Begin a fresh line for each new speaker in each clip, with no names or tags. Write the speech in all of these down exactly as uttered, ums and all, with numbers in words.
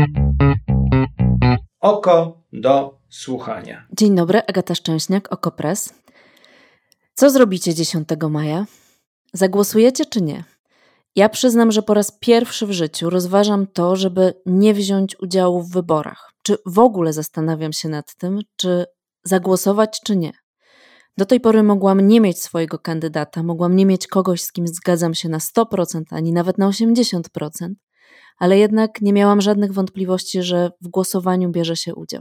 Oko do słuchania.
Dzień dobry, Agata Szczęśniak, Okopres. Co zrobicie dziesiątego maja? Zagłosujecie czy nie? Ja przyznam, że po raz pierwszy w życiu rozważam to, żeby nie wziąć udziału w wyborach. Czy w ogóle zastanawiam się nad tym, czy zagłosować czy nie. Do tej pory mogłam nie mieć swojego kandydata, mogłam nie mieć kogoś, z kim zgadzam się na sto procent, ani nawet na osiemdziesiąt procent, ale jednak nie miałam żadnych wątpliwości, że w głosowaniu bierze się udział.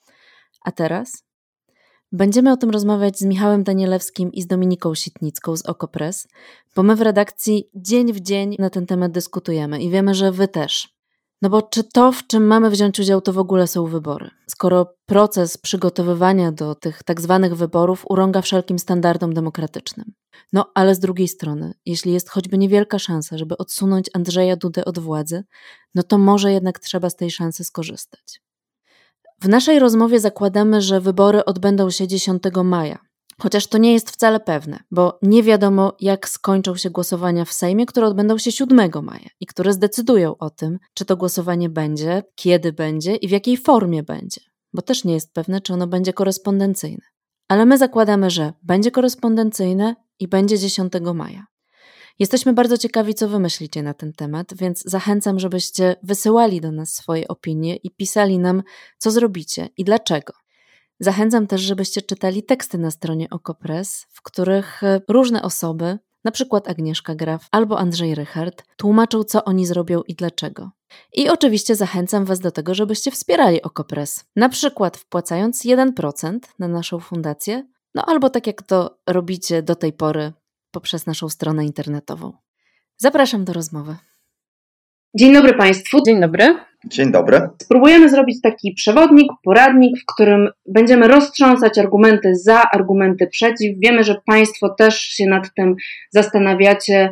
A teraz? Będziemy o tym rozmawiać z Michałem Danielewskim i z Dominiką Sitnicką z Okopres, bo my w redakcji dzień w dzień na ten temat dyskutujemy i wiemy, że wy też. No bo czy to, w czym mamy wziąć udział, to w ogóle są wybory? Skoro proces przygotowywania do tych tak zwanych wyborów urąga wszelkim standardom demokratycznym. No ale z drugiej strony, jeśli jest choćby niewielka szansa, żeby odsunąć Andrzeja Dudę od władzy, no to może jednak trzeba z tej szansy skorzystać. W naszej rozmowie zakładamy, że wybory odbędą się dziesiątego maja, chociaż to nie jest wcale pewne, bo nie wiadomo, jak skończą się głosowania w Sejmie, które odbędą się siódmego maja i które zdecydują o tym, czy to głosowanie będzie, kiedy będzie i w jakiej formie będzie, bo też nie jest pewne, czy ono będzie korespondencyjne. Ale my zakładamy, że będzie korespondencyjne i będzie dziesiątego maja. Jesteśmy bardzo ciekawi, co wy myślicie na ten temat, więc zachęcam, żebyście wysyłali do nas swoje opinie i pisali nam, co zrobicie i dlaczego. Zachęcam też, żebyście czytali teksty na stronie Okopres, w których różne osoby, na przykład Agnieszka Graf albo Andrzej Rychard, tłumaczą, co oni zrobią i dlaczego. I oczywiście zachęcam was do tego, żebyście wspierali Okopres, na przykład wpłacając jeden procent na naszą fundację, no albo tak jak to robicie do tej pory, poprzez naszą stronę internetową. Zapraszam do rozmowy.
Dzień dobry Państwu.
Dzień dobry.
Dzień dobry.
Spróbujemy zrobić taki przewodnik, poradnik, w którym będziemy roztrząsać argumenty za, argumenty przeciw. Wiemy, że Państwo też się nad tym zastanawiacie.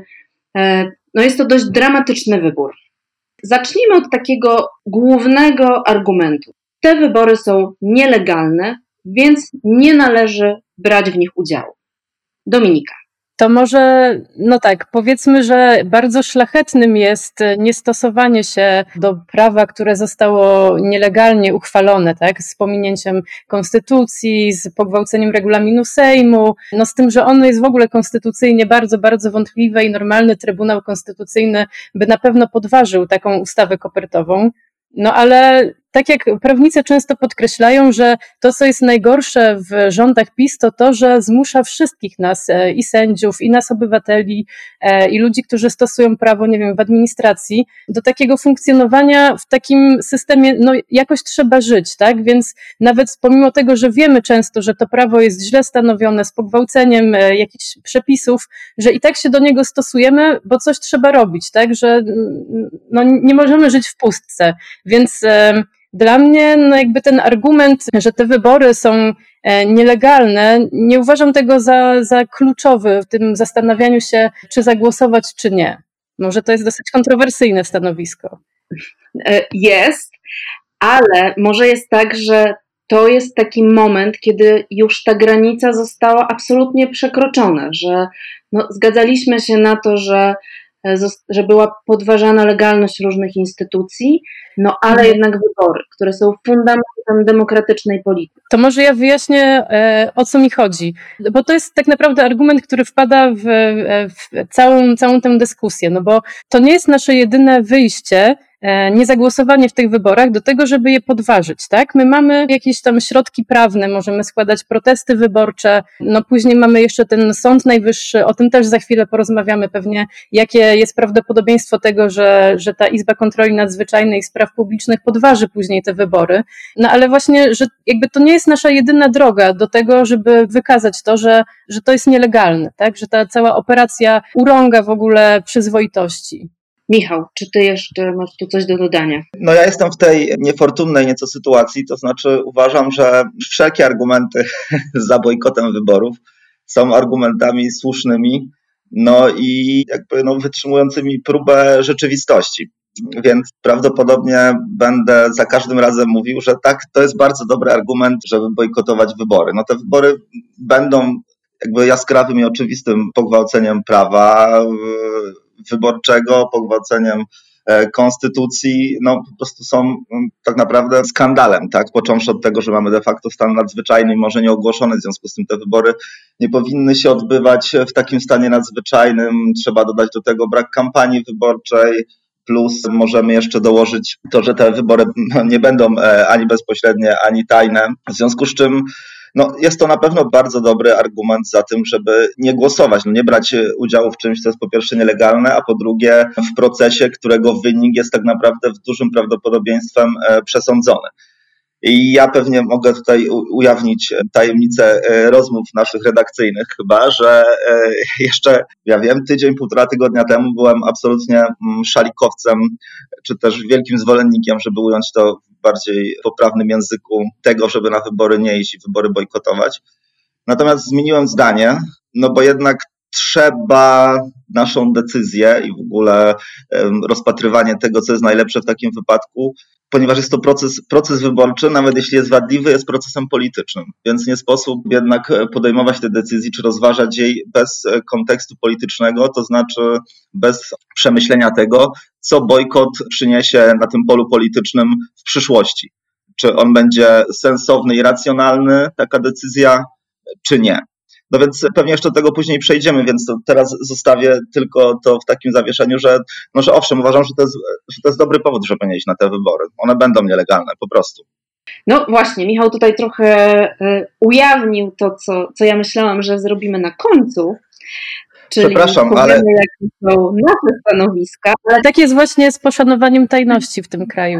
No jest to dość dramatyczny wybór. Zacznijmy od takiego głównego argumentu. Te wybory są nielegalne, więc nie należy brać w nich udziału. Dominika.
To może, no tak, powiedzmy, że bardzo szlachetnym jest niestosowanie się do prawa, które zostało nielegalnie uchwalone, tak, z pominięciem konstytucji, z pogwałceniem regulaminu Sejmu, no z tym, że ono jest w ogóle konstytucyjnie bardzo, bardzo wątpliwe i normalny Trybunał Konstytucyjny by na pewno podważył taką ustawę kopertową. No ale tak jak prawnicy często podkreślają, że to, co jest najgorsze w rządach PiS, to to, że zmusza wszystkich nas, i sędziów, i nas obywateli, i ludzi, którzy stosują prawo, nie wiem, w administracji, do takiego funkcjonowania w takim systemie, no jakoś trzeba żyć, tak? Więc nawet pomimo tego, że wiemy często, że to prawo jest źle stanowione, z pogwałceniem jakichś przepisów, że i tak się do niego stosujemy, bo coś trzeba robić, tak? Że no, nie możemy żyć w pustce. Więc dla mnie no jakby ten argument, że te wybory są nielegalne, nie uważam tego za, za kluczowy w tym zastanawianiu się, czy zagłosować, czy nie. Może to jest dosyć kontrowersyjne stanowisko.
Jest, ale może jest tak, że to jest taki moment, kiedy już ta granica została absolutnie przekroczona, że no, zgadzaliśmy się na to, że że była podważana legalność różnych instytucji, no ale mhm. jednak wybory, które są fundamentem demokratycznej polityki.
To może ja wyjaśnię, o co mi chodzi, bo to jest tak naprawdę argument, który wpada w, w całą, całą tę dyskusję, no bo to nie jest nasze jedyne wyjście, niezagłosowanie w tych wyborach do tego, żeby je podważyć, tak? My mamy jakieś tam środki prawne, możemy składać protesty wyborcze, no później mamy jeszcze ten Sąd Najwyższy, o tym też za chwilę porozmawiamy pewnie, jakie jest prawdopodobieństwo tego, że, że ta Izba Kontroli Nadzwyczajnej i Spraw Publicznych podważy później te wybory, no ale właśnie, że jakby to nie jest nasza jedyna droga do tego, żeby wykazać to, że, że to jest nielegalne, tak? Że ta cała operacja urąga w ogóle przyzwoitości.
Michał, czy ty jeszcze masz tu coś do dodania?
No ja jestem w tej niefortunnej nieco sytuacji, to znaczy uważam, że wszelkie argumenty za bojkotem wyborów są argumentami słusznymi, no i jakby no wytrzymującymi próbę rzeczywistości. Więc prawdopodobnie będę za każdym razem mówił, że tak, to jest bardzo dobry argument, żeby bojkotować wybory. No te wybory będą jakby jaskrawym i oczywistym pogwałceniem prawa wyborczego, pogwałceniem konstytucji, no po prostu są tak naprawdę skandalem, tak? Począwszy od tego, że mamy de facto stan nadzwyczajny i może nie ogłoszony, w związku z tym te wybory nie powinny się odbywać w takim stanie nadzwyczajnym. Trzeba dodać do tego brak kampanii wyborczej, plus możemy jeszcze dołożyć to, że te wybory nie będą ani bezpośrednie, ani tajne, w związku z czym no, jest to na pewno bardzo dobry argument za tym, żeby nie głosować, no, nie brać udziału w czymś, co jest po pierwsze nielegalne, a po drugie w procesie, którego wynik jest tak naprawdę w dużym prawdopodobieństwem przesądzony. I ja pewnie mogę tutaj ujawnić tajemnicę rozmów naszych redakcyjnych chyba, że jeszcze, ja wiem, tydzień, półtora tygodnia temu byłem absolutnie szalikowcem, czy też wielkim zwolennikiem, żeby ująć to w bardziej poprawnym języku, tego, żeby na wybory nie iść i wybory bojkotować. Natomiast zmieniłem zdanie, no bo jednak trzeba naszą decyzję i w ogóle rozpatrywanie tego, co jest najlepsze w takim wypadku, ponieważ jest to proces, proces wyborczy, nawet jeśli jest wadliwy, jest procesem politycznym, więc nie sposób jednak podejmować tej decyzji, czy rozważać jej bez kontekstu politycznego, to znaczy bez przemyślenia tego, co bojkot przyniesie na tym polu politycznym w przyszłości. Czy on będzie sensowny i racjonalny, taka decyzja, czy nie. No więc pewnie jeszcze do tego później przejdziemy, więc to teraz zostawię tylko to w takim zawieszeniu, że, no, że owszem, uważam, że to, jest, że to jest dobry powód, żeby nie iść na te wybory. One będą nielegalne, po prostu.
No właśnie, Michał tutaj trochę y, ujawnił to, co, co ja myślałam, że zrobimy na końcu. Czyli
Przepraszam,
powiemy,
ale...
jakie są nasze stanowiska.
Ale tak jest właśnie z poszanowaniem tajności w tym kraju.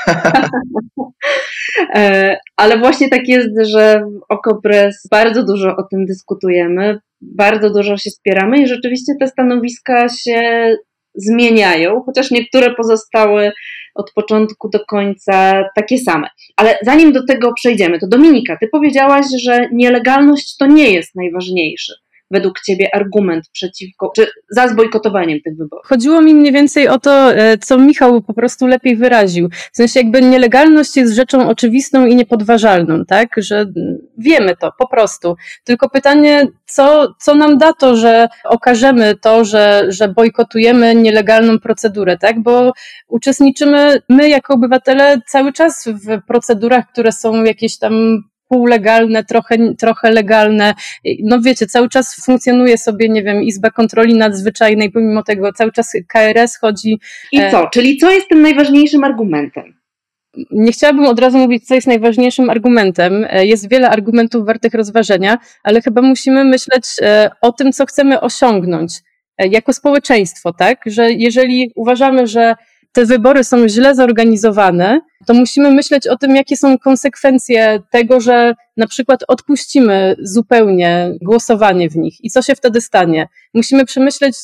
Ale właśnie tak jest, że w Okopres bardzo dużo o tym dyskutujemy, bardzo dużo się spieramy i rzeczywiście te stanowiska się zmieniają, chociaż niektóre pozostały od początku do końca takie same. Ale zanim do tego przejdziemy, to Dominika, ty powiedziałaś, że nielegalność to nie jest najważniejszy według ciebie argument przeciwko, czy za zbojkotowaniem tych wyborów?
Chodziło mi mniej więcej o to, co Michał po prostu lepiej wyraził. W sensie jakby nielegalność jest rzeczą oczywistą i niepodważalną, tak? Że wiemy to po prostu. Tylko pytanie, co, co nam da to, że okażemy to, że, że bojkotujemy nielegalną procedurę, tak? Bo uczestniczymy my jako obywatele cały czas w procedurach, które są jakieś tam półlegalne, trochę, trochę legalne. No wiecie, cały czas funkcjonuje sobie, nie wiem, Izba Kontroli Nadzwyczajnej, pomimo tego cały czas K R S chodzi.
I co? Czyli co jest tym najważniejszym argumentem?
Nie chciałabym od razu mówić, co jest najważniejszym argumentem. Jest wiele argumentów wartych rozważenia, ale chyba musimy myśleć o tym, co chcemy osiągnąć jako społeczeństwo, tak? Że jeżeli uważamy, że te wybory są źle zorganizowane, to musimy myśleć o tym, jakie są konsekwencje tego, że na przykład odpuścimy zupełnie głosowanie w nich i co się wtedy stanie. Musimy przemyśleć,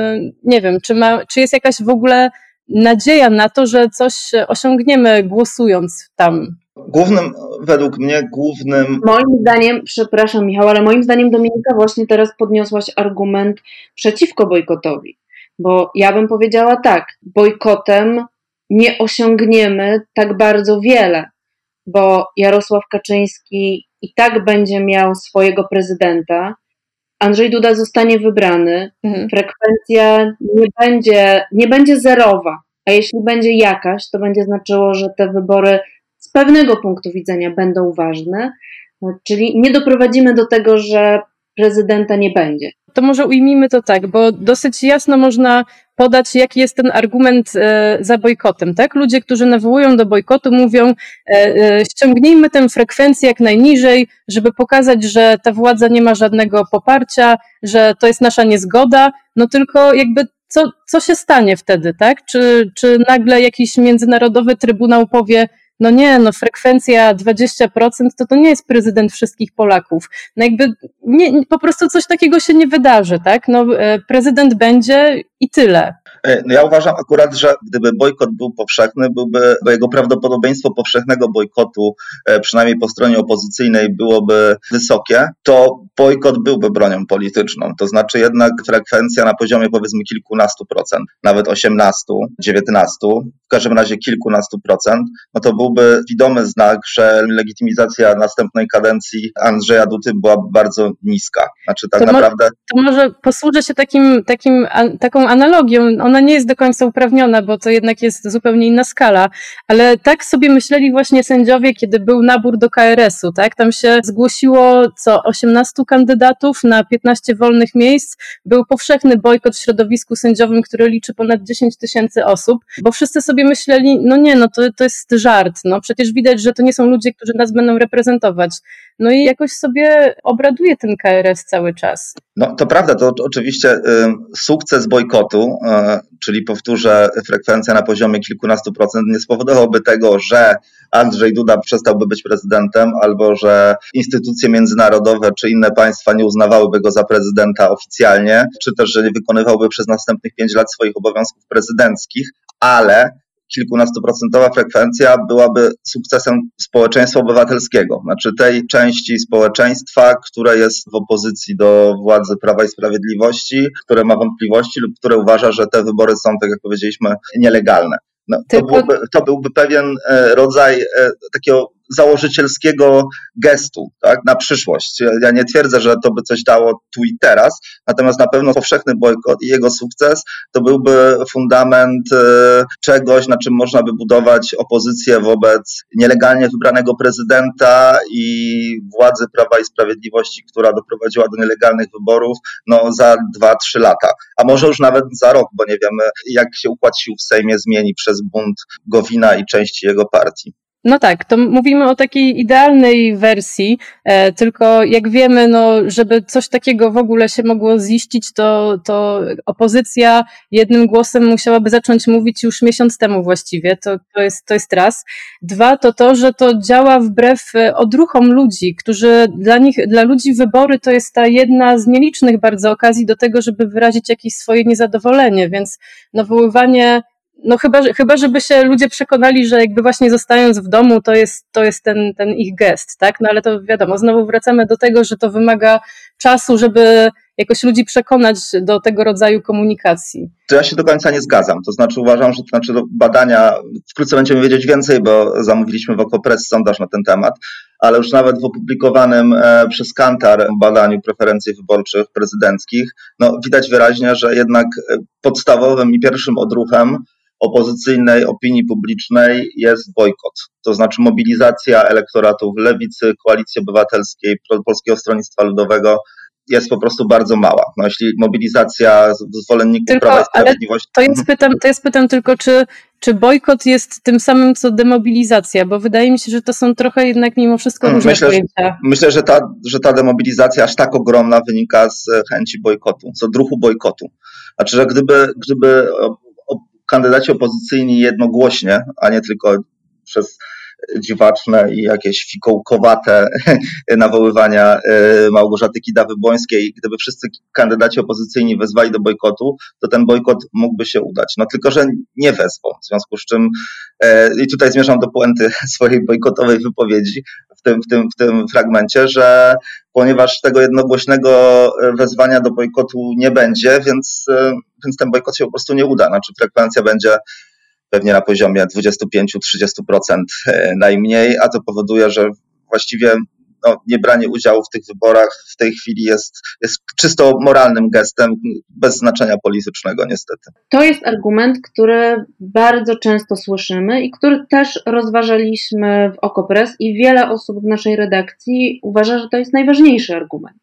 nie wiem, czy, ma, czy jest jakaś w ogóle nadzieja na to, że coś osiągniemy głosując tam.
Głównym, według mnie, głównym...
Moim zdaniem, przepraszam Michał, ale moim zdaniem Dominika właśnie teraz podniosłaś argument przeciwko bojkotowi. Bo ja bym powiedziała tak, bojkotem nie osiągniemy tak bardzo wiele, bo Jarosław Kaczyński i tak będzie miał swojego prezydenta, Andrzej Duda zostanie wybrany, mhm. frekwencja nie będzie, nie będzie zerowa, a jeśli będzie jakaś, to będzie znaczyło, że te wybory z pewnego punktu widzenia będą ważne, czyli nie doprowadzimy do tego, że prezydenta nie będzie.
To może ujmijmy to tak, bo dosyć jasno można podać, jaki jest ten argument e, za bojkotem, tak? Ludzie, którzy nawołują do bojkotu, mówią, e, e, ściągnijmy tę frekwencję jak najniżej, żeby pokazać, że ta władza nie ma żadnego poparcia, że to jest nasza niezgoda, no tylko jakby co, co się stanie wtedy, tak? Czy, czy nagle jakiś międzynarodowy trybunał powie, no nie, no frekwencja dwadzieścia procent to to nie jest prezydent wszystkich Polaków. No jakby nie, po prostu coś takiego się nie wydarzy, tak? No prezydent będzie i tyle.
No ja uważam akurat, że gdyby bojkot był powszechny, byłby, bo jego prawdopodobieństwo powszechnego bojkotu, przynajmniej po stronie opozycyjnej, byłoby wysokie, to bojkot byłby bronią polityczną. To znaczy jednak frekwencja na poziomie powiedzmy kilkunastu procent, nawet osiemnastu, dziewiętnastu, w każdym razie kilkunastu procent, no to byłby widomy znak, że legitymizacja następnej kadencji Andrzeja Dudy była bardzo niska. Znaczy tak
to
naprawdę...
Mo- to może posłużę się takim, takim, taką analogią. On ona nie jest do końca uprawniona, bo to jednak jest zupełnie inna skala, ale tak sobie myśleli właśnie sędziowie, kiedy był nabór do K R S-u, tak? Tam się zgłosiło co osiemnastu kandydatów na piętnaście wolnych miejsc. Był powszechny bojkot w środowisku sędziowym, który liczy ponad dziesięć tysięcy osób, bo wszyscy sobie myśleli, no nie, no to, to jest żart, no przecież widać, że to nie są ludzie, którzy nas będą reprezentować. No i jakoś sobie obraduje ten K R S cały czas.
No to prawda, to oczywiście y, sukces bojkotu, y, czyli powtórzę, frekwencja na poziomie kilkunastu procent nie spowodowałby tego, że Andrzej Duda przestałby być prezydentem, albo że instytucje międzynarodowe czy inne państwa nie uznawałyby go za prezydenta oficjalnie, czy też, że nie wykonywałby przez następnych pięć lat swoich obowiązków prezydenckich, ale kilkunastoprocentowa frekwencja byłaby sukcesem społeczeństwa obywatelskiego, znaczy tej części społeczeństwa, które jest w opozycji do władzy Prawa i Sprawiedliwości, które ma wątpliwości lub które uważa, że te wybory są, tak jak powiedzieliśmy, nielegalne. No, to, byłby, to byłby pewien rodzaj takiego założycielskiego gestu, tak, na przyszłość. Ja nie twierdzę, że to by coś dało tu i teraz, natomiast na pewno powszechny bojkot i jego sukces to byłby fundament czegoś, na czym można by budować opozycję wobec nielegalnie wybranego prezydenta i władzy Prawa i Sprawiedliwości, która doprowadziła do nielegalnych wyborów, no za dwa, trzy lata. A może już nawet za rok, bo nie wiemy, jak się układ sił w Sejmie zmieni przez bunt Gowina i części jego partii.
No tak, to mówimy o takiej idealnej wersji, e, tylko jak wiemy, no, żeby coś takiego w ogóle się mogło ziścić, to, to opozycja jednym głosem musiałaby zacząć mówić już miesiąc temu właściwie, to, to jest, to jest raz. Dwa, to to, że to działa wbrew odruchom ludzi, którzy, dla nich, dla ludzi wybory to jest ta jedna z nielicznych bardzo okazji do tego, żeby wyrazić jakieś swoje niezadowolenie, więc nawoływanie No chyba, chyba, żeby się ludzie przekonali, że jakby właśnie zostając w domu, to jest, to jest ten, ten ich gest, tak? No ale to wiadomo, znowu wracamy do tego, że to wymaga czasu, żeby jakoś ludzi przekonać do tego rodzaju komunikacji.
To ja się do końca nie zgadzam. To znaczy uważam, że to znaczy badania, wkrótce będziemy wiedzieć więcej, bo zamówiliśmy w Okopres sondaż na ten temat, ale już nawet w opublikowanym przez Kantar badaniu preferencji wyborczych prezydenckich, no widać wyraźnie, że jednak podstawowym i pierwszym odruchem opozycyjnej opinii publicznej jest bojkot. To znaczy mobilizacja elektoratów lewicy, Koalicji Obywatelskiej, Polskiego Stronnictwa Ludowego jest po prostu bardzo mała. No, jeśli mobilizacja zwolenników tylko, Prawa i Sprawiedliwości...
To jest pytam, to jest pytam tylko, czy, czy bojkot jest tym samym, co demobilizacja, bo wydaje mi się, że to są trochę jednak mimo wszystko różne
myślę,
pojęcia.
Myślę, że ta, że ta demobilizacja aż tak ogromna wynika z chęci bojkotu, z odruchu bojkotu. Znaczy, że gdyby, gdyby kandydaci opozycyjni jednogłośnie, a nie tylko przez dziwaczne i jakieś fikołkowate nawoływania Małgorzaty Kidawy-Błońskiej, gdyby wszyscy kandydaci opozycyjni wezwali do bojkotu, to ten bojkot mógłby się udać. No tylko, że nie wezwą, w związku z czym i tutaj zmierzam do puenty swojej bojkotowej wypowiedzi w tym, w tym, w tym fragmencie, że ponieważ tego jednogłośnego wezwania do bojkotu nie będzie, więc, więc ten bojkot się po prostu nie uda. Znaczy frekwencja będzie pewnie na poziomie dwadzieścia pięć do trzydziestu procent najmniej, a to powoduje, że właściwie no, niebranie udziału w tych wyborach w tej chwili jest, jest czysto moralnym gestem, bez znaczenia politycznego niestety.
To jest argument, który bardzo często słyszymy i który też rozważaliśmy w Okopres i wiele osób w naszej redakcji uważa, że to jest najważniejszy argument,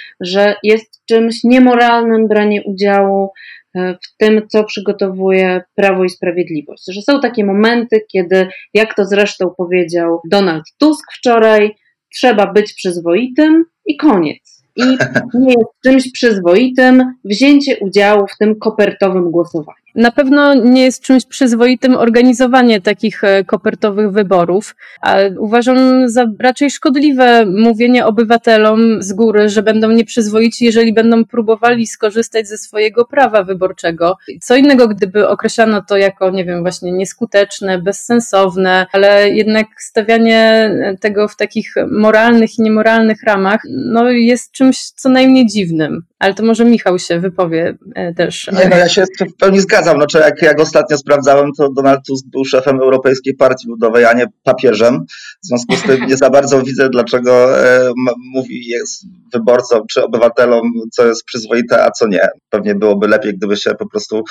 że jest czymś niemoralnym branie udziału w tym, co przygotowuje Prawo i Sprawiedliwość. Że są takie momenty, kiedy, jak to zresztą powiedział Donald Tusk wczoraj, trzeba być przyzwoitym i koniec. I nie jest czymś przyzwoitym wzięcie udziału w tym kopertowym głosowaniu.
Na pewno nie jest czymś przyzwoitym organizowanie takich kopertowych wyborów, a uważam za raczej szkodliwe mówienie obywatelom z góry, że będą nieprzyzwoici, jeżeli będą próbowali skorzystać ze swojego prawa wyborczego. Co innego, gdyby określano to jako, nie wiem, właśnie nieskuteczne, bezsensowne, ale jednak stawianie tego w takich moralnych i niemoralnych ramach, no jest czymś co najmniej dziwnym. Ale to może Michał się wypowie też.
Nie, no ja się w pełni zgadzam. No, jak, jak ostatnio sprawdzałem, to Donald Tusk był szefem Europejskiej Partii Ludowej, a nie papieżem. W związku z tym nie za bardzo widzę, dlaczego e, mówi jest wyborcom czy obywatelom, co jest przyzwoite, a co nie. Pewnie byłoby lepiej, gdyby się po prostu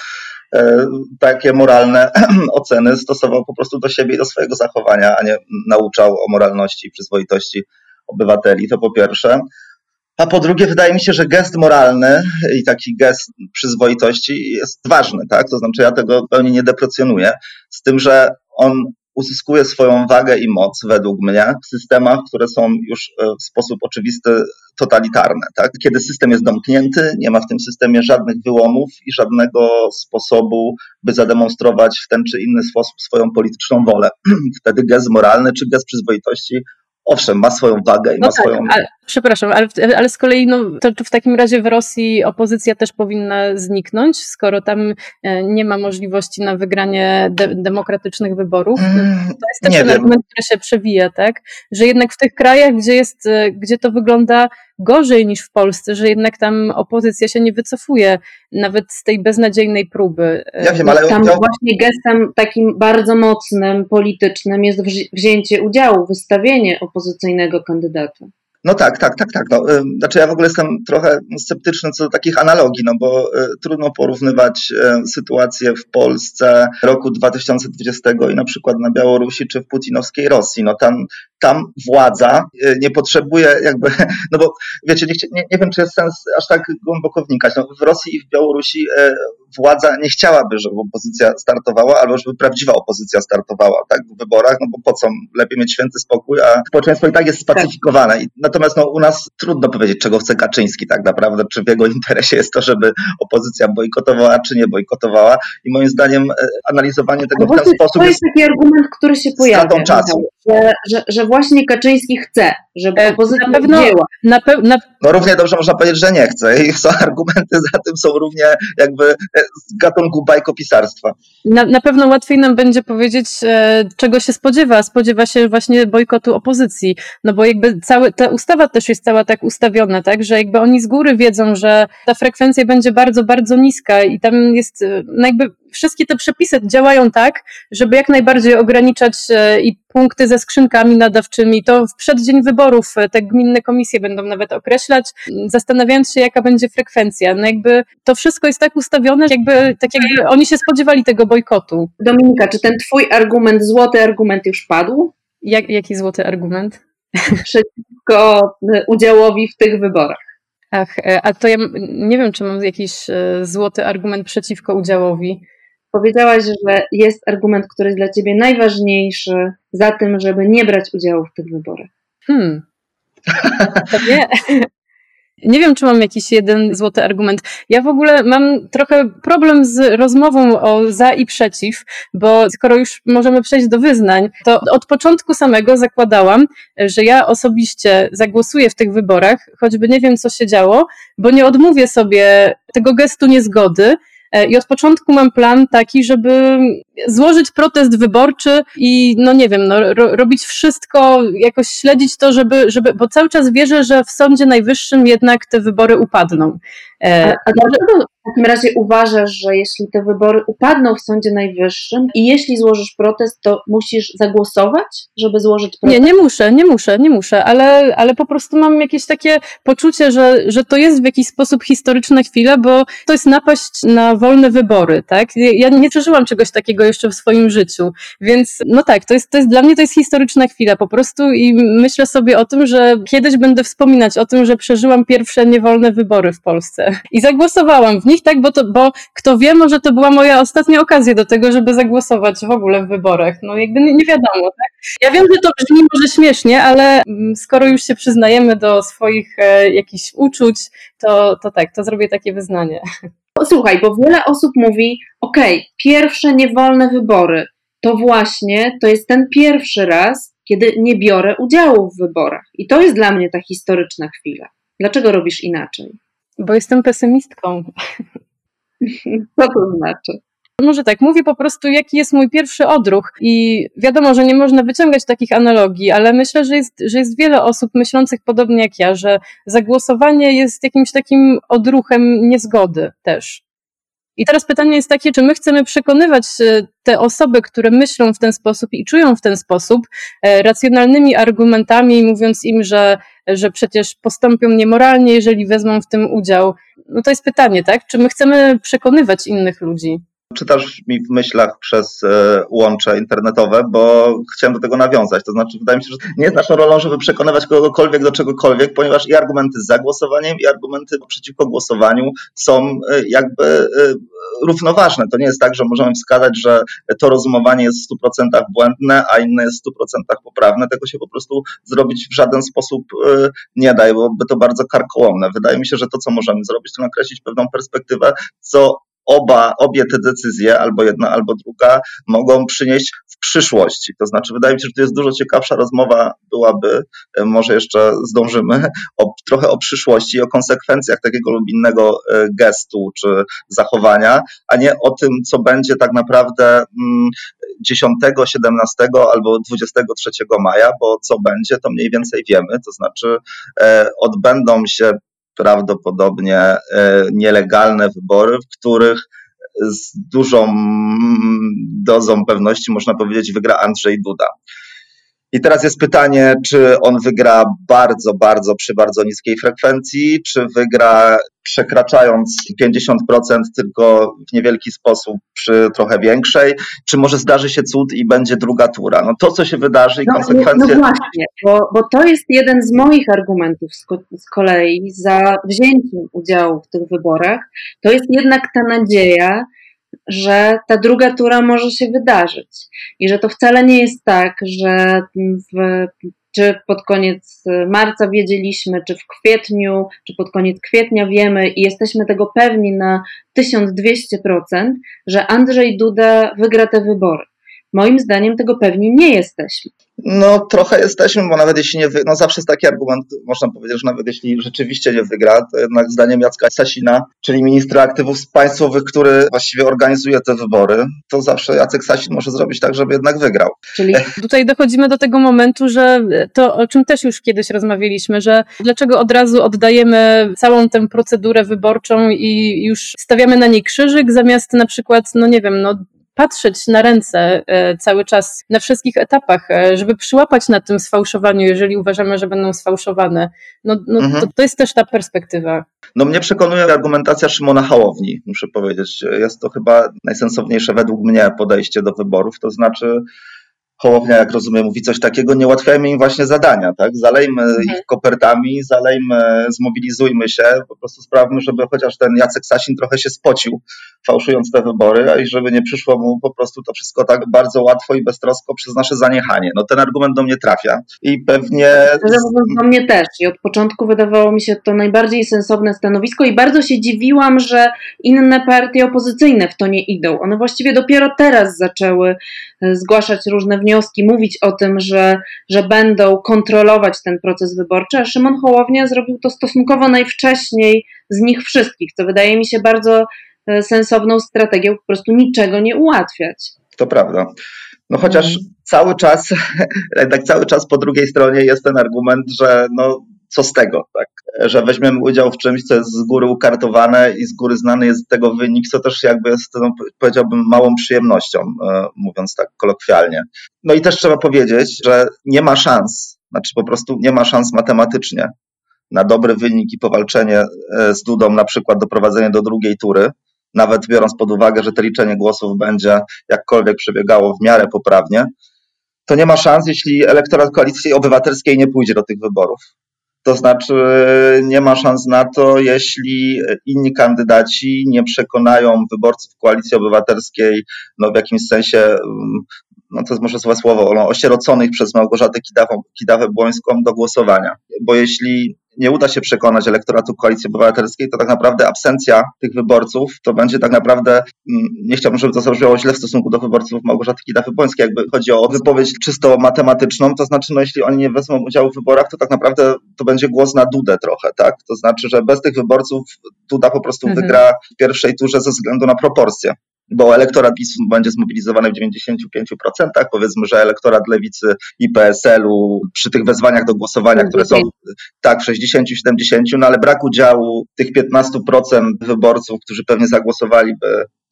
takie moralne oceny stosował po prostu do siebie i do swojego zachowania, a nie nauczał o moralności i przyzwoitości obywateli, to po pierwsze. A po drugie, wydaje mi się, że gest moralny i taki gest przyzwoitości jest ważny, tak? To znaczy ja tego zupełnie nie deprecjonuję, z tym, że on uzyskuje swoją wagę i moc, według mnie, w systemach, które są już w sposób oczywisty totalitarne. Tak? Kiedy system jest domknięty, nie ma w tym systemie żadnych wyłomów i żadnego sposobu, by zademonstrować w ten czy inny sposób swoją polityczną wolę. Wtedy gest moralny czy gest przyzwoitości, owszem, ma swoją wagę i
no
ma
tak,
swoją...
Ale, przepraszam, ale, ale z kolei no, to, to w takim razie w Rosji opozycja też powinna zniknąć, skoro tam nie ma możliwości na wygranie de- demokratycznych wyborów. To jest też
nie
ten
wiem.
argument, który się przewija, tak? Że jednak w tych krajach, gdzie jest, gdzie to wygląda gorzej niż w Polsce, że jednak tam opozycja się nie wycofuje nawet z tej beznadziejnej próby.
Ja wiem, ale
tam
ja...
właśnie gestem takim bardzo mocnym, politycznym jest wzi- wzięcie udziału, wystawienie opozycyjnego kandydata.
No tak, tak, tak, tak. No, znaczy ja w ogóle jestem trochę sceptyczny co do takich analogii, no bo y, trudno porównywać y, sytuację w Polsce roku dwa tysiące dwudziestego i na przykład na Białorusi czy w putinowskiej Rosji. No tam, tam władza y, nie potrzebuje jakby, no bo wiecie, nie, nie, nie wiem, czy jest sens aż tak głęboko wnikać. No, w Rosji i w Białorusi y, władza nie chciałaby, żeby opozycja startowała, albo żeby prawdziwa opozycja startowała tak, w wyborach, no bo po co? Lepiej mieć święty spokój, a społeczeństwo i tak jest spacyfikowane. I natomiast no, u nas trudno powiedzieć, czego chce Kaczyński tak naprawdę, czy w jego interesie jest to, żeby opozycja bojkotowała, czy nie bojkotowała. I moim zdaniem analizowanie tego w ten sposób
to jest taki argument, który się pojawia,
stratą czasu.
Że, że, że właśnie Kaczyński chce, żeby opozycja
na pewno,
wzięła.
Na pe- na...
No równie dobrze można powiedzieć, że nie chce i są argumenty za tym, są równie jakby z gatunku bajkopisarstwa.
Na, na pewno łatwiej nam będzie powiedzieć, e, czego się spodziewa. Spodziewa się właśnie bojkotu opozycji, no bo jakby cały, ta ustawa też jest cała tak ustawiona, tak, że jakby oni z góry wiedzą, że ta frekwencja będzie bardzo, bardzo niska i tam jest, no jakby wszystkie te przepisy działają tak, żeby jak najbardziej ograniczać e, i punkty ze skrzynkami nadawczymi. To w przeddzień wyborów te gminne komisje będą nawet określać, zastanawiając się, jaka będzie frekwencja. No jakby to wszystko jest tak ustawione, jakby, tak jakby oni się spodziewali tego bojkotu.
Dominika, czy ten twój argument, złoty argument już padł?
Jak, jaki złoty argument?
Przeciwko udziałowi w tych wyborach.
Ach, a to ja nie wiem, czy mam jakiś złoty argument przeciwko udziałowi.
Powiedziałaś, że jest argument, który jest dla ciebie najważniejszy za tym, żeby nie brać udziału w tych wyborach.
Hmm. To nie. Nie wiem, czy mam jakiś jeden złoty argument. Ja w ogóle mam trochę problem z rozmową o za i przeciw, bo skoro już możemy przejść do wyznań, to od początku samego zakładałam, że ja osobiście zagłosuję w tych wyborach, choćby nie wiem, co się działo, bo nie odmówię sobie tego gestu niezgody. I od początku mam plan taki, żeby złożyć protest wyborczy i no nie wiem, no, ro, robić wszystko, jakoś śledzić to, żeby, żeby, bo cały czas wierzę, że w Sądzie Najwyższym jednak te wybory upadną.
A, a dlaczego w takim razie uważasz, że jeśli te wybory upadną w Sądzie Najwyższym i jeśli złożysz protest, to musisz zagłosować, żeby złożyć protest?
Nie, nie muszę, nie muszę, nie muszę, ale, ale po prostu mam jakieś takie poczucie, że, że to jest w jakiś sposób historyczna chwila, bo to jest napaść na wolne wybory, tak? Ja nie przeżyłam czegoś takiego jeszcze w swoim życiu, więc no tak, to jest, to jest dla mnie to jest historyczna chwila po prostu i myślę sobie o tym, że kiedyś będę wspominać o tym, że przeżyłam pierwsze niewolne wybory w Polsce i zagłosowałam w nich, tak, bo, to, bo kto wie, może to była moja ostatnia okazja do tego, żeby zagłosować w ogóle w wyborach, no jakby nie, nie wiadomo, tak? Ja wiem, że to brzmi może śmiesznie, ale skoro już się przyznajemy do swoich e, jakichś uczuć, to, to tak, to zrobię takie wyznanie.
Słuchaj, bo wiele osób mówi, okej, okay, pierwsze niewolne wybory, to właśnie to jest ten pierwszy raz, kiedy nie biorę udziału w wyborach. I to jest dla mnie ta historyczna chwila. Dlaczego robisz inaczej?
Bo jestem pesymistką.
Co to znaczy?
Może tak, mówię po prostu, jaki jest mój pierwszy odruch i wiadomo, że nie można wyciągać takich analogii, ale myślę, że jest, że jest wiele osób myślących podobnie jak ja, że zagłosowanie jest jakimś takim odruchem niezgody też. I teraz pytanie jest takie, czy my chcemy przekonywać te osoby, które myślą w ten sposób i czują w ten sposób, racjonalnymi argumentami, mówiąc im, że, że przecież postąpią niemoralnie, jeżeli wezmą w tym udział. No to jest pytanie, tak? Czy my chcemy przekonywać innych ludzi?
Czytasz mi w myślach przez e, łącze internetowe, bo chciałem do tego nawiązać. To znaczy, wydaje mi się, że nie jest naszą rolą, żeby przekonywać kogokolwiek do czegokolwiek, ponieważ i argumenty za głosowaniem, i argumenty przeciwko głosowaniu są e, jakby e, równoważne. To nie jest tak, że możemy wskazać, że to rozumowanie jest w stu procentach błędne, a inne jest w stu procentach poprawne. Tego się po prostu zrobić w żaden sposób e, nie da, bo by to bardzo karkołomne. Wydaje mi się, że to, co możemy zrobić, to nakreślić pewną perspektywę, co Oba, obie te decyzje, albo jedna, albo druga, mogą przynieść w przyszłości. To znaczy, wydaje mi się, że to jest dużo ciekawsza rozmowa byłaby, może jeszcze zdążymy, o, trochę o przyszłości, o konsekwencjach takiego lub innego gestu czy zachowania, a nie o tym, co będzie tak naprawdę dziesiątego, siedemnastego albo dwudziestego trzeciego maja, bo co będzie, to mniej więcej wiemy. To znaczy, odbędą się prawdopodobnie e, nielegalne wybory, w których z dużą dozą pewności, można powiedzieć, wygra Andrzej Duda. I teraz jest pytanie, czy on wygra bardzo, bardzo przy bardzo niskiej frekwencji, czy wygra przekraczając pięćdziesiąt procent tylko w niewielki sposób przy trochę większej, czy może zdarzy się cud i będzie druga tura. No to, co się wydarzy i
no,
konsekwencje...
No właśnie, bo, bo to jest jeden z moich argumentów z, z kolei za wzięciem udziału w tych wyborach. To jest jednak ta nadzieja, że ta druga tura może się wydarzyć i że to wcale nie jest tak, że w, czy pod koniec marca wiedzieliśmy, czy w kwietniu, czy pod koniec kwietnia wiemy i jesteśmy tego pewni na tysiąc dwieście procent, że Andrzej Duda wygra te wybory. Moim zdaniem tego pewni nie jesteśmy.
No trochę jesteśmy, bo nawet jeśli nie wygra, no zawsze jest taki argument, można powiedzieć, że nawet jeśli rzeczywiście nie wygra, to jednak zdaniem Jacka Sasina, czyli ministra aktywów państwowych, który właściwie organizuje te wybory, to zawsze Jacek Sasin może zrobić tak, żeby jednak wygrał.
Czyli tutaj dochodzimy do tego momentu, że to, o czym też już kiedyś rozmawialiśmy, że dlaczego od razu oddajemy całą tę procedurę wyborczą i już stawiamy na niej krzyżyk, zamiast na przykład, no nie wiem, no patrzeć na ręce cały czas na wszystkich etapach, żeby przyłapać na tym sfałszowaniu, jeżeli uważamy, że będą sfałszowane. No, no mhm. to, to jest też ta perspektywa.
No mnie przekonuje argumentacja Szymona Hołowni, muszę powiedzieć. Jest to chyba najsensowniejsze według mnie podejście do wyborów, to znaczy Hołownia, jak rozumiem, mówi coś takiego, nie ułatwiajmy im właśnie zadania, tak? Zalejmy mhm. ich kopertami, zalejmy, zmobilizujmy się, po prostu sprawmy, żeby chociaż ten Jacek Sasin trochę się spocił, fałszując te wybory, a i żeby nie przyszło mu po prostu to wszystko tak bardzo łatwo i beztrosko przez nasze zaniechanie. No ten argument do mnie trafia i pewnie...
Do mnie też i od początku wydawało mi się to najbardziej sensowne stanowisko i bardzo się dziwiłam, że inne partie opozycyjne w to nie idą. One właściwie dopiero teraz zaczęły zgłaszać różne wnioski, mówić o tym, że, że będą kontrolować ten proces wyborczy, a Szymon Hołownia zrobił to stosunkowo najwcześniej z nich wszystkich, co wydaje mi się bardzo sensowną strategią, po prostu niczego nie ułatwiać.
To prawda. No chociaż hmm. cały czas, tak cały czas po drugiej stronie jest ten argument, że no co z tego, tak? Że weźmiemy udział w czymś, co jest z góry ukartowane i z góry znany jest tego wynik, co też jakby jest, no, powiedziałbym, małą przyjemnością, mówiąc tak kolokwialnie. No i też trzeba powiedzieć, że nie ma szans, znaczy po prostu nie ma szans matematycznie na dobry wynik i powalczenie z Dudą, na przykład doprowadzenie do drugiej tury, nawet biorąc pod uwagę, że to liczenie głosów będzie jakkolwiek przebiegało w miarę poprawnie, to nie ma szans, jeśli elektorat Koalicji Obywatelskiej nie pójdzie do tych wyborów. To znaczy nie ma szans na to, jeśli inni kandydaci nie przekonają wyborców Koalicji Obywatelskiej, no w jakimś sensie, no to jest może złe słowo, no, osieroconych przez Małgorzatę Kidawę-Błońską do głosowania. Bo jeśli nie uda się przekonać elektoratu Koalicji Obywatelskiej, to tak naprawdę absencja tych wyborców to będzie tak naprawdę, nie chciałbym, żeby to zabrzmiało źle w stosunku do wyborców Małgorzaty Kidawy-Błońskiej, jakby chodzi o wypowiedź czysto matematyczną, to znaczy, no jeśli oni nie wezmą udziału w wyborach, to tak naprawdę to będzie głos na Dudę trochę, tak? To znaczy, że bez tych wyborców Duda po prostu mhm. wygra w pierwszej turze ze względu na proporcje. Bo elektorat PiS będzie zmobilizowany w dziewięćdziesiąt pięć procent, powiedzmy, że elektorat Lewicy i P S L u przy tych wezwaniach do głosowania, które są tak w sześćdziesiąt siedemdziesiąt, no ale brak udziału tych piętnastu procent wyborców, którzy pewnie zagłosowaliby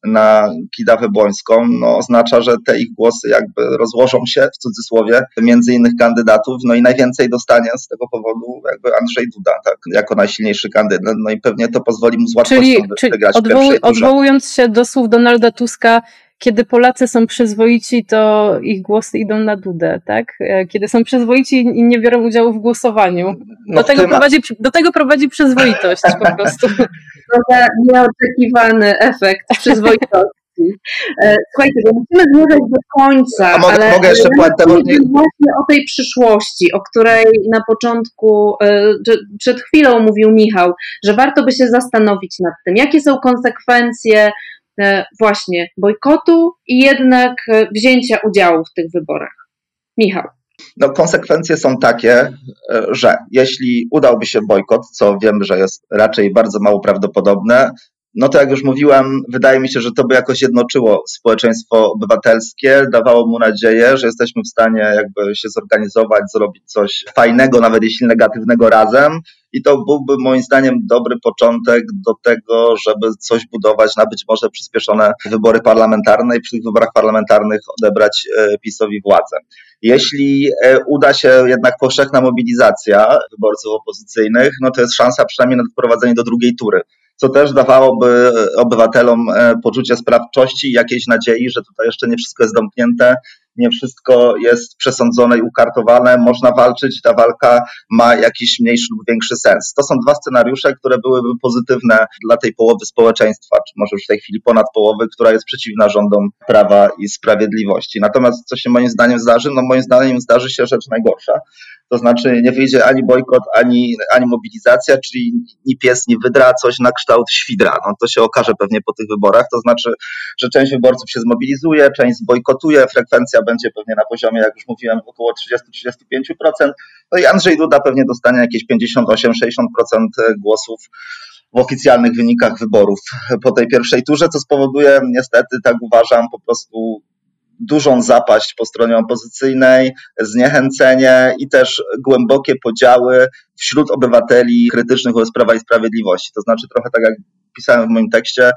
na Kidawę-Błońską, no oznacza, że te ich głosy jakby rozłożą się w cudzysłowie między innych kandydatów, no i najwięcej dostanie z tego powodu jakby Andrzej Duda, tak, jako najsilniejszy kandydat, no i pewnie to pozwoli mu z łatwością
czyli,
wy-
czyli
wygrać
odwoł-
w pierwszej turze.
Odwołując się do słów Donalda Tuska, kiedy Polacy są przyzwoici, to ich głosy idą na Dudę, tak? Kiedy są przyzwoici i nie biorą udziału w głosowaniu.
No
Do,
w
tego
tym-
prowadzi, do tego prowadzi przyzwoitość po prostu.
Trochę nieoczekiwany efekt przyzwoitości. E, Słuchajcie, bo musimy zmierzać do końca,
A mogę-
ale
mogę jeszcze
ale
puentę, bo nie-
właśnie o tej przyszłości, o której na początku, e, czy- przed chwilą mówił Michał, że warto by się zastanowić nad tym, jakie są konsekwencje e, właśnie bojkotu i jednak e, wzięcia udziału w tych wyborach. Michał.
No, konsekwencje są takie, e, że jeśli udałby się bojkot, co wiemy, że jest raczej bardzo mało prawdopodobne, no to jak już mówiłem, wydaje mi się, że to by jakoś jednoczyło społeczeństwo obywatelskie, dawało mu nadzieję, że jesteśmy w stanie jakby się zorganizować, zrobić coś fajnego, nawet jeśli negatywnego razem. I to byłby moim zdaniem dobry początek do tego, żeby coś budować na być może przyspieszone wybory parlamentarne i przy tych wyborach parlamentarnych odebrać e, PiS-owi władzę. Jeśli e, uda się jednak powszechna mobilizacja wyborców opozycyjnych, no to jest szansa przynajmniej na doprowadzenie do drugiej tury, co też dawałoby obywatelom poczucie sprawczości i jakiejś nadziei, że tutaj jeszcze nie wszystko jest zamknięte, nie wszystko jest przesądzone i ukartowane, można walczyć, ta walka ma jakiś mniejszy lub większy sens. To są dwa scenariusze, które byłyby pozytywne dla tej połowy społeczeństwa, czy może już w tej chwili ponad połowy, która jest przeciwna rządom Prawa i Sprawiedliwości. Natomiast co się moim zdaniem zdarzy? No moim zdaniem zdarzy się rzecz najgorsza. To znaczy nie wyjdzie ani bojkot, ani, ani mobilizacja, czyli ni pies, ni wydra, coś na kształt świdra. No to się okaże pewnie po tych wyborach. To znaczy, że część wyborców się zmobilizuje, część zbojkotuje, frekwencja będzie pewnie na poziomie, jak już mówiłem, około trzydzieści do trzydziestu pięciu procent. No i Andrzej Duda pewnie dostanie jakieś pięćdziesiąt osiem do sześćdziesięciu procent głosów w oficjalnych wynikach wyborów po tej pierwszej turze, co spowoduje niestety, tak uważam, po prostu dużą zapaść po stronie opozycyjnej, zniechęcenie i też głębokie podziały wśród obywateli krytycznych wobec Prawa i Sprawiedliwości. To znaczy trochę tak jak pisałem w moim tekście,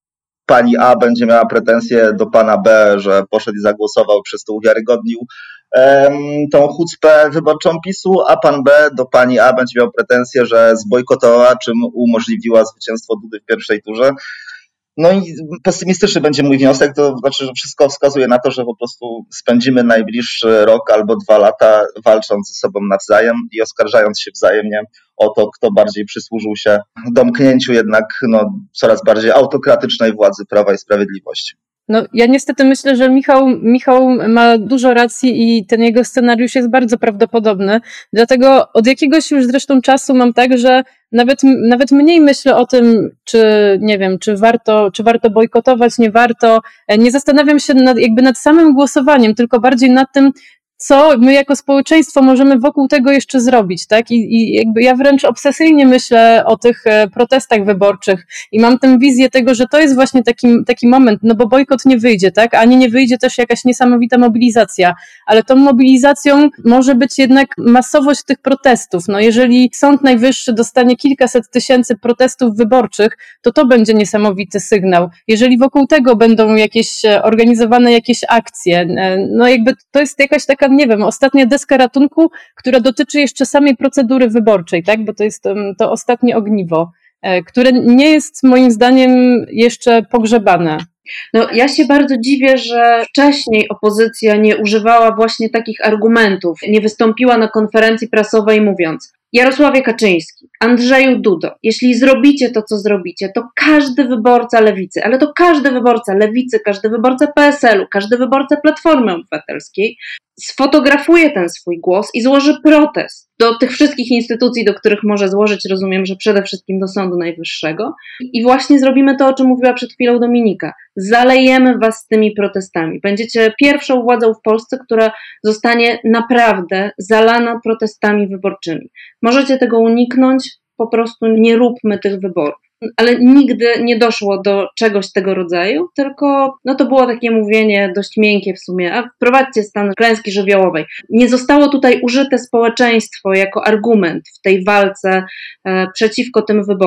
pani A będzie miała pretensje do pana B, że poszedł i zagłosował, przez to uwiarygodnił um, tą chucpę wyborczą PiSu, a pan B do pani A będzie miał pretensje, że zbojkotowała, czym umożliwiła zwycięstwo Dudy w pierwszej turze. No i pesymistyczny będzie mój wniosek, to znaczy, że wszystko wskazuje na to, że po prostu spędzimy najbliższy rok albo dwa lata walcząc ze sobą nawzajem i oskarżając się wzajemnie o to, kto bardziej przysłużył się domknięciu jednak no, coraz bardziej autokratycznej władzy Prawa i Sprawiedliwości.
No, ja niestety myślę, że Michał, Michał ma dużo racji i ten jego scenariusz jest bardzo prawdopodobny. Dlatego od jakiegoś już zresztą czasu mam tak, że nawet, nawet mniej myślę o tym, czy nie wiem, czy warto, czy warto bojkotować, nie warto. Nie zastanawiam się nad, jakby nad samym głosowaniem, tylko bardziej nad tym, co my jako społeczeństwo możemy wokół tego jeszcze zrobić, tak? I, i jakby ja wręcz obsesyjnie myślę o tych protestach wyborczych i mam tę wizję tego, że to jest właśnie taki, taki moment, no bo bojkot nie wyjdzie, tak? Ani nie wyjdzie też jakaś niesamowita mobilizacja, ale tą mobilizacją może być jednak masowość tych protestów. No jeżeli Sąd Najwyższy dostanie kilkaset tysięcy protestów wyborczych, to to będzie niesamowity sygnał. Jeżeli wokół tego będą jakieś organizowane jakieś akcje, no jakby to jest jakaś taka, nie wiem, ostatnia deska ratunku, która dotyczy jeszcze samej procedury wyborczej, tak? Bo to jest to ostatnie ogniwo, które nie jest moim zdaniem jeszcze pogrzebane.
No, ja się bardzo dziwię, że wcześniej opozycja nie używała właśnie takich argumentów, nie wystąpiła na konferencji prasowej mówiąc: Jarosławie Kaczyński, Andrzeju Dudo, jeśli zrobicie to, co zrobicie, to każdy wyborca Lewicy, ale to każdy wyborca Lewicy, każdy wyborca P S L u, każdy wyborca Platformy Obywatelskiej sfotografuje ten swój głos i złoży protest do tych wszystkich instytucji, do których może złożyć, rozumiem, że przede wszystkim do Sądu Najwyższego. I właśnie zrobimy to, o czym mówiła przed chwilą Dominika. Zalejemy was tymi protestami. Będziecie pierwszą władzą w Polsce, która zostanie naprawdę zalana protestami wyborczymi. Możecie tego uniknąć, po prostu nie róbmy tych wyborów. Ale nigdy nie doszło do czegoś tego rodzaju, tylko no to było takie mówienie dość miękkie w sumie, a wprowadźcie stan klęski żywiołowej. Nie zostało tutaj użyte społeczeństwo jako argument w tej walce e, przeciwko tym wyborom.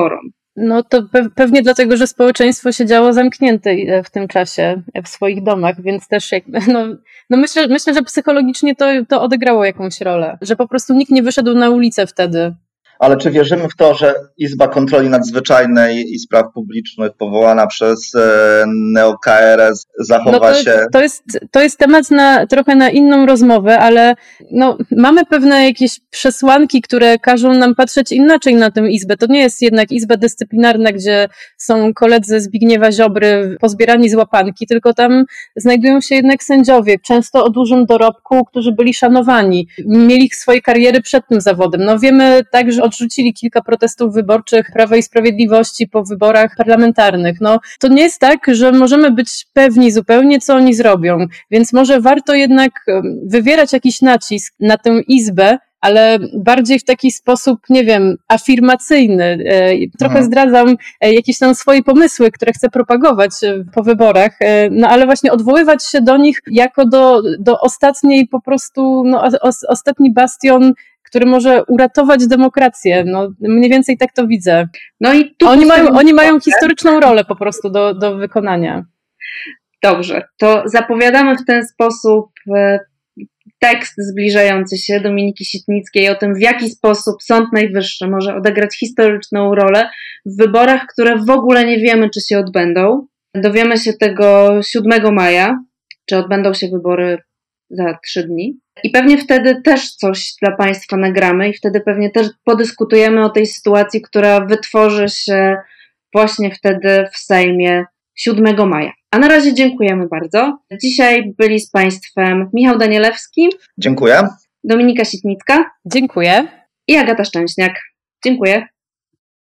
No to pe- pewnie dlatego, że społeczeństwo siedziało zamknięte w tym czasie w swoich domach, więc też jakby, no, no myślę, myślę, że psychologicznie to, to odegrało jakąś rolę, że po prostu nikt nie wyszedł na ulicę wtedy.
Ale czy wierzymy w to, że Izba Kontroli Nadzwyczajnej i Spraw Publicznych powołana przez neo-K R S zachowa
no to,
się...
To jest, to jest temat na, trochę na inną rozmowę, ale no, mamy pewne jakieś przesłanki, które każą nam patrzeć inaczej na tę Izbę. To nie jest jednak Izba Dyscyplinarna, gdzie są koledzy Zbigniewa Ziobry pozbierani z łapanki, tylko tam znajdują się jednak sędziowie, często o dużym dorobku, którzy byli szanowani, mieli swoje kariery przed tym zawodem. No wiemy tak, że odrzucili kilka protestów wyborczych Prawa i Sprawiedliwości po wyborach parlamentarnych. No, to nie jest tak, że możemy być pewni zupełnie, co oni zrobią, więc może warto jednak wywierać jakiś nacisk na tę Izbę, ale bardziej w taki sposób, nie wiem, afirmacyjny. Trochę hmm. zdradzam jakieś tam swoje pomysły, które chcę propagować po wyborach, no ale właśnie odwoływać się do nich jako do, do ostatniej po prostu, no os, ostatni bastion, który może uratować demokrację. No, mniej więcej tak to widzę. No i tu oni mają, oni mają historyczną rolę po prostu do, do wykonania.
Dobrze, to zapowiadamy w ten sposób tekst zbliżający się Dominiki Sitnickiej o tym, w jaki sposób Sąd Najwyższy może odegrać historyczną rolę w wyborach, które w ogóle nie wiemy, czy się odbędą. Dowiemy się tego siódmego maja, czy odbędą się wybory za trzy dni. I pewnie wtedy też coś dla Państwa nagramy i wtedy pewnie też podyskutujemy o tej sytuacji, która wytworzy się właśnie wtedy w Sejmie siódmego maja. A na razie dziękujemy bardzo. Dzisiaj byli z Państwem Michał Danielewski.
Dziękuję.
Dominika Sitnicka.
Dziękuję.
I Agata Szczęśniak. Dziękuję.